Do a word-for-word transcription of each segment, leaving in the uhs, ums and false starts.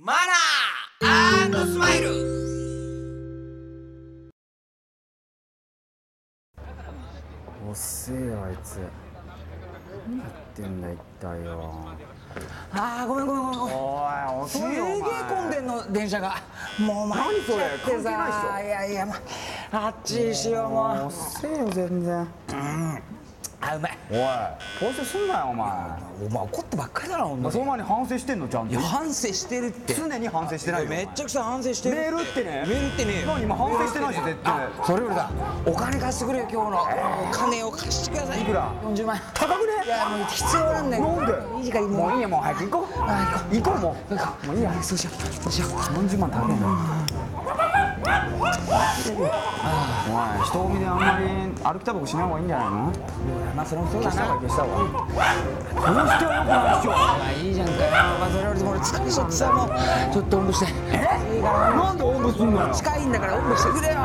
マナー&スマイル。 遅えよあいつ。何やってんだ一体よ。 あーごめんごめんごめんごめん。 おい遅いよお前。 すげえ混んでんの電車が。もう参っちゃってさ。いやいや、まあっちしようもう。 遅えよ全然。 うんあうまい。 おい反省すんなよお前。 お前怒ってばっかりだなほんとに。 その前に反省してんのちゃんと。 いや反省してるって。 常に反省してないよ。 めっちゃくちゃ反省してる。 メールってね。 メールってね。 何今反省してないし絶対。 それよりだ、お金貸してくれよ今日の。お金を貸してください。 いくら？ よんじゅうまん。 高くね？ いやもう必要なんだよ。 なんで？ いい時間もういいやもう早く行こう。 あ行こうもう。 行こう。 もういいや。 そうしようそうしよう。 よんじゅうまん高いな。おい人混みであんまり歩きタバコしない方がいいんじゃないの？ まあそれもそうだな。 消した方がいい。どうしてはよくないでしょ。 まあいいじゃんかよ。まあそれよりも俺疲れちゃってさ、もうちょっとおんぶして。 え？なんでおんぶすんのよ。 近いんだからおんぶしてくれよ。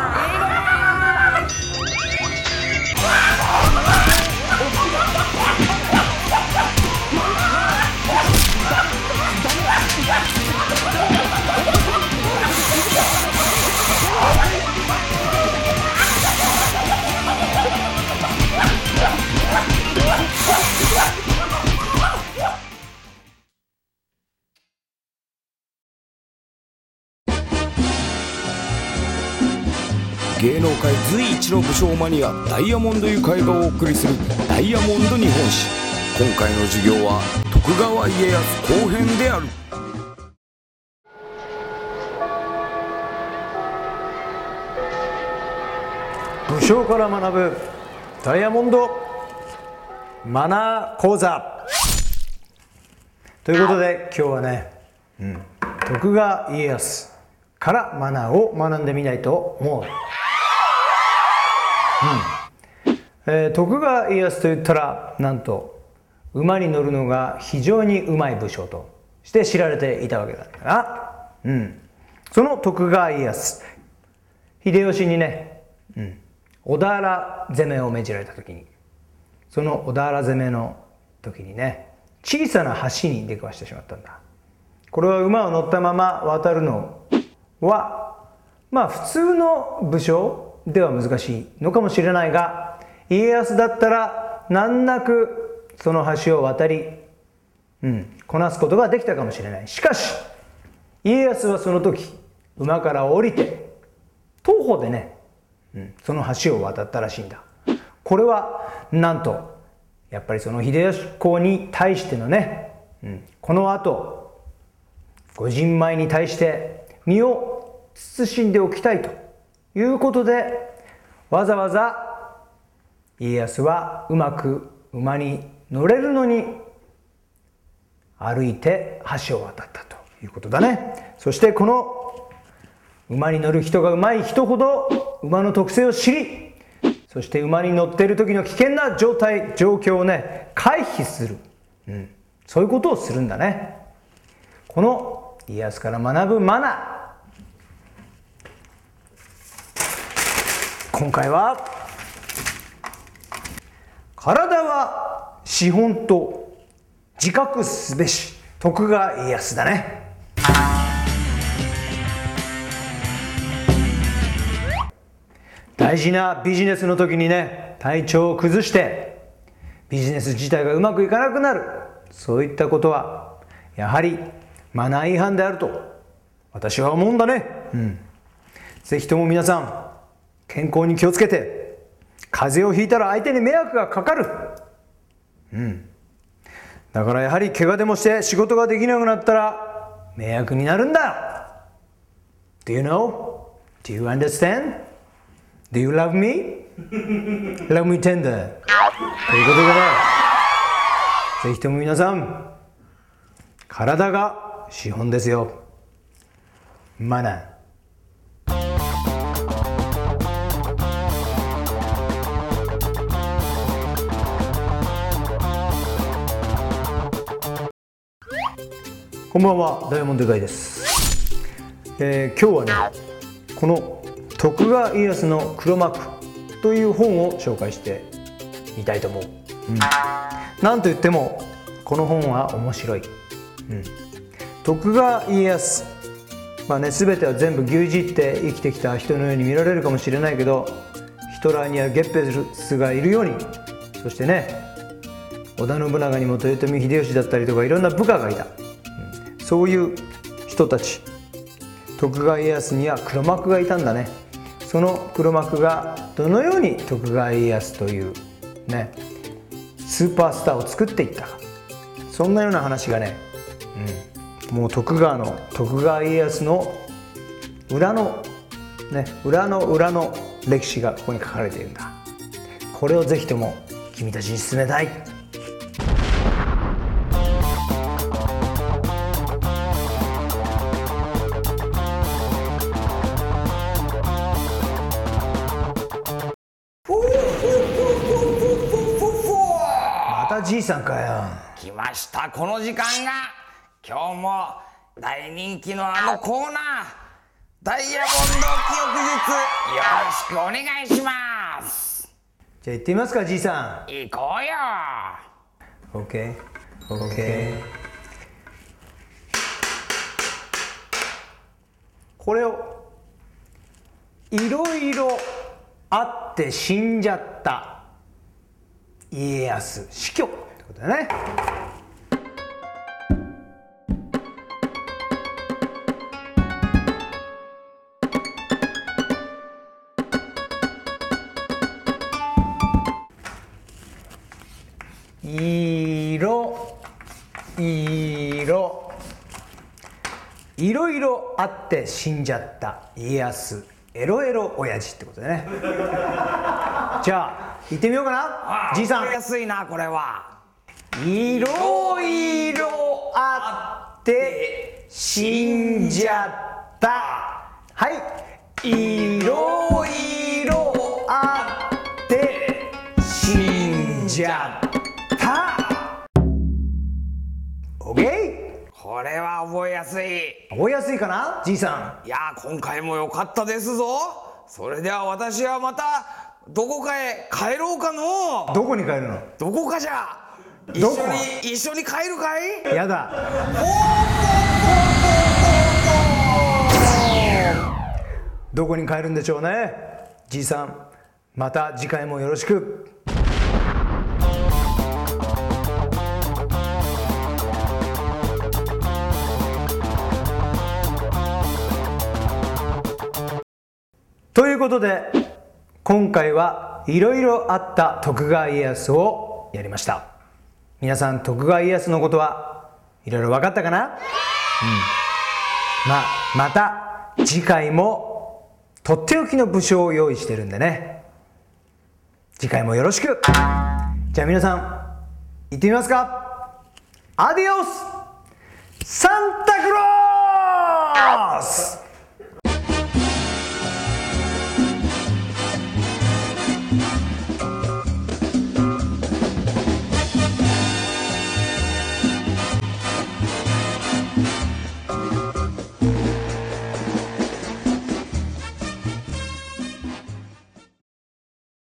芸能界随一の武将マニアダイヤモンドユカイがお送りするダイヤモンド日本史。今回の授業は徳川家康後編である。 武将から学ぶダイヤモンドマナー講座ということで、今日はね、うん、徳川家康からマナーを学んでみたいと思う。うんえー、徳川家康といったらなんと馬に乗るのが非常にうまい武将として知られていたわけだから、うん、その徳川家康、秀吉にね、うん、小田原攻めを命じられた時に、その小田原攻めの時にね、小さな橋に出くわしてしまったんだ。これは馬を乗ったまま渡るのはまあ普通の武将では難しいのかもしれないが、家康だったら難なくその橋を渡り、うん、こなすことができたかもしれない。しかし家康はその時馬から降りて徒歩でね、うん、その橋を渡ったらしいんだ。これはなんとやっぱりその秀吉公に対してのね、うん、この後ご陣前に対して身を慎んでおきたいということで、わざわざ家康はうまく馬に乗れるのに歩いて橋を渡ったということだね。そしてこの馬に乗る人がうまい人ほど馬の特性を知り、そして馬に乗っている時の危険な状態状況をね回避する、うん、そういうことをするんだね。この家康から学ぶマナー、今回は体は資本と自覚すべし徳川家康だね。大事なビジネスの時にね、体調を崩してビジネス自体がうまくいかなくなる、そういったことはやはりマナー違反であると私は思うんだね。うん、ぜひとも皆さん健康に気をつけて、風邪をひいたら相手に迷惑がかかる、うん、だからやはり怪我でもして仕事ができなくなったら迷惑になるんだ。 Do you know? Do you understand? Do you love me? Love me tender ということでね、ぜひとも皆さん体が資本ですよ。マナー。こんばんは、ダイヤモンドガイです。えー、今日はね、この徳川家康の黒幕という本を紹介してみたいと思う。うん、なんといってもこの本は面白い。うん、 徳川家康、まあね、全ては全部牛耳って生きてきた人のように見られるかもしれないけど、ヒトラーにはゲッペスがいるように、そしてね、織田信長にも豊臣秀吉だったりとかいろんな部下がいた、うん、そういう人たち。徳川家康には黒幕がいたんだね。その黒幕がどのように徳川家康というねスーパースターを作っていったか、そんなような話がね、うん、もう徳川の徳川家康の裏のね裏の裏の歴史がここに書かれているんだ。これをぜひとも君たちに進めたい。またじいさんかよ。 来ましたこの時間が。今日も大人気のあのコーナー、ダイヤモンド記憶術、よろしくお願いします。 じゃあ行ってみますか、じいさん。 行こうよ。 OK OK。 これをいろいろあって死んじゃった家康、死去ってことだね。いろいろいろいろあって死んじゃった家康、エロエロ親父ってことだね。じゃあ行ってみようかな、じいさん。 覚えやすいなこれは。 いろいろあって死んじゃった。はい、いろいろあって死んじゃった。オッケー。 これは覚えやすい。 覚えやすいかな、じいさいや今回も良かったですぞ。それでは私はまたどこかへ帰ろうかの。 ん。どこに帰るの？ どこかじゃ。一どこ緒に一緒に帰るかい？ やだ。どこに帰るんでしょうね、じいさん。また次回もよろしく。ということで今回はいろいろあった徳川家康をやりました。皆さん徳川家康のことはいろいろ分かったかな？うん、まあまた次回もとっておきの武将を用意してるんでね、次回もよろしく。じゃあ皆さん行ってみますか。アディオスサンタクロース。